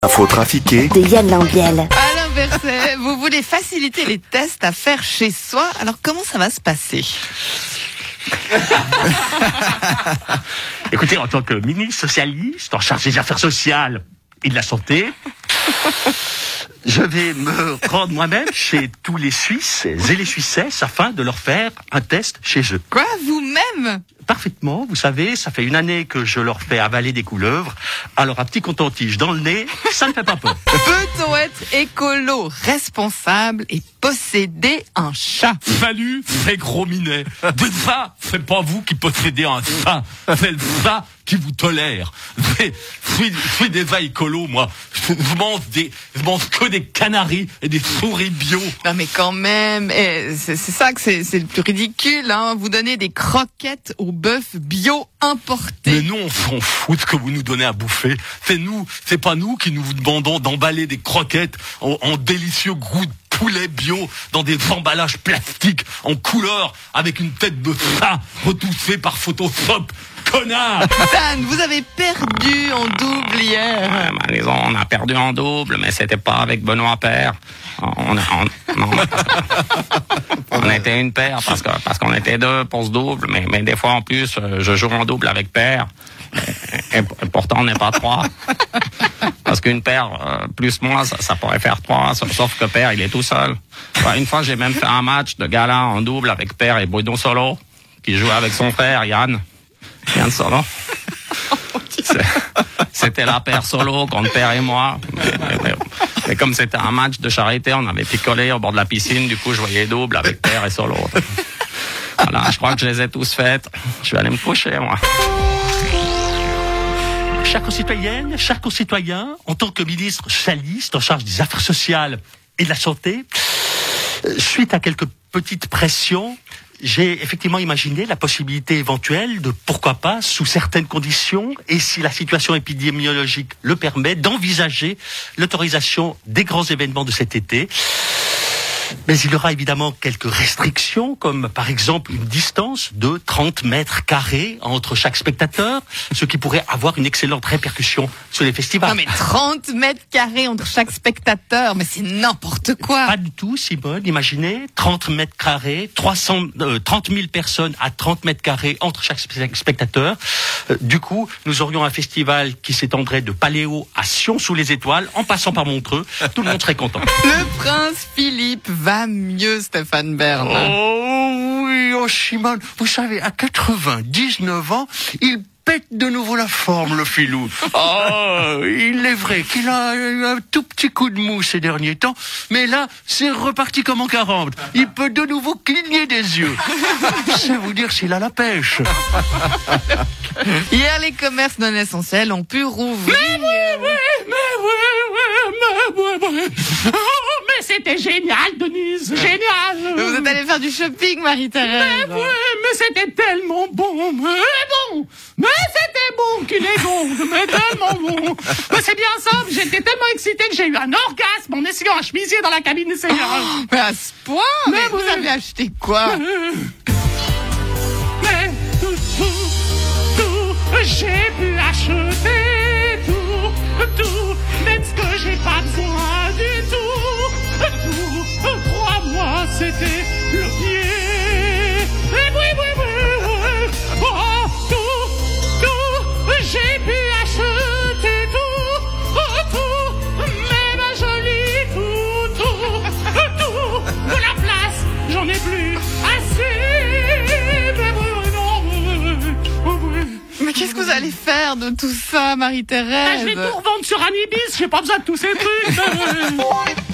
Info trafiquée de Yann Lambiel. Alain Berset, vous voulez faciliter les tests à faire chez soi. Alors comment ça va se passer ? Écoutez, en tant que ministre socialiste en charge des affaires sociales et de la santé, je vais me rendre moi-même chez tous les Suisses et les Suissesses afin de leur faire un test chez eux. Quoi, vous-même ? Parfaitement, vous savez, ça fait une année que je leur fais avaler des couleuvres, alors un petit coton-tige dans le nez, ça ne fait pas peur. Peut-on être écolo, responsable et posséder un chat ? Salut, c'est Gros Minet. Déjà, c'est pas vous qui possédez un chat, c'est le chat qui vous tolère. Je suis déjà écolo, moi. Je mange que des canaris et des souris bio. Non mais quand même, c'est ça que c'est le plus ridicule, hein. Vous donnez des croquettes au bœuf bio importé. Mais nous, on s'en fout de ce que vous nous donnez à bouffer. C'est pas nous qui nous demandons d'emballer des croquettes en délicieux goût de poulet bio dans des emballages plastiques en couleur avec une tête de chat retouchée par Photoshop. Connard! Dan, vous avez perdu en double hier. Disons, on a perdu en double, mais c'était pas avec Benoît Paire. On était une paire parce qu'on était deux pour ce double, mais des fois en plus, je joue en double avec Paire. Et pourtant, on n'est pas trois. Parce qu'une paire, plus moi, ça pourrait faire trois, sauf que Paire, il est tout seul. Une fois, j'ai même fait un match de gala en double avec Paire et Bruno Solo, qui jouait avec son frère, Yann Solo. C'était la paire Solo contre Paire et moi. Mais comme c'était un match de charité, on avait picolé au bord de la piscine, du coup, je voyais double avec Paire et Solo. Voilà, je crois que je les ai tous faites. Je vais aller me coucher, moi. Chères concitoyennes, chers concitoyens, en tant que ministre socialiste en charge des affaires sociales et de la santé, suite à quelques petites pressions, j'ai effectivement imaginé la possibilité éventuelle de, pourquoi pas, sous certaines conditions, et si la situation épidémiologique le permet, d'envisager l'autorisation des grands événements de cet été. Mais il y aura évidemment quelques restrictions, comme par exemple une distance de 30 mètres carrés entre chaque spectateur, ce qui pourrait avoir une excellente répercussion sur les festivals. Non mais 30 mètres carrés entre chaque spectateur, mais c'est n'importe quoi. Pas du tout, Simone. Imaginez, 30 mètres carrés, 30 000 personnes à 30 mètres carrés entre chaque spectateur. Du coup, nous aurions un festival qui s'étendrait de Paléo à Sion-sous-les-Étoiles, en passant par Montreux. Tout le monde serait content. Le prince Philippe va mieux, Stéphane Bern. Oh oui, Simone, vous savez, à 99 ans, il pète de nouveau la forme, le filou. Oh, il est vrai qu'il a eu un tout petit coup de mou ces derniers temps, mais là, c'est reparti comme en 40. Il peut de nouveau cligner des yeux. C'est vous dire s'il a la pêche. Hier, les commerces non essentiels ont pu rouvrir. Mais c'était génial, Denise, génial. Vous êtes allé faire du shopping, Marie-Thérèse. Mais c'était tellement bon, mais c'était bon qu'il est bon, mais tellement bon. Mais c'est bien simple, j'étais tellement excité que j'ai eu un orgasme en essayant un chemisier dans la cabine essayeur. Mais à ce point, mais vous avez acheté quoi? Mais tout, j'ai pu acheter tout, même ce que j'ai pas besoin du tout. Crois-moi, c'était le pied. Oui. Oh, tout, j'ai pu acheter tout, même un joli tout. De la place, j'en ai plus assez. Mais qu'est-ce que vous allez faire de tout ça, Marie-Thérèse? Je vais tout revendre sur Anibis, j'ai pas besoin de tous ces trucs.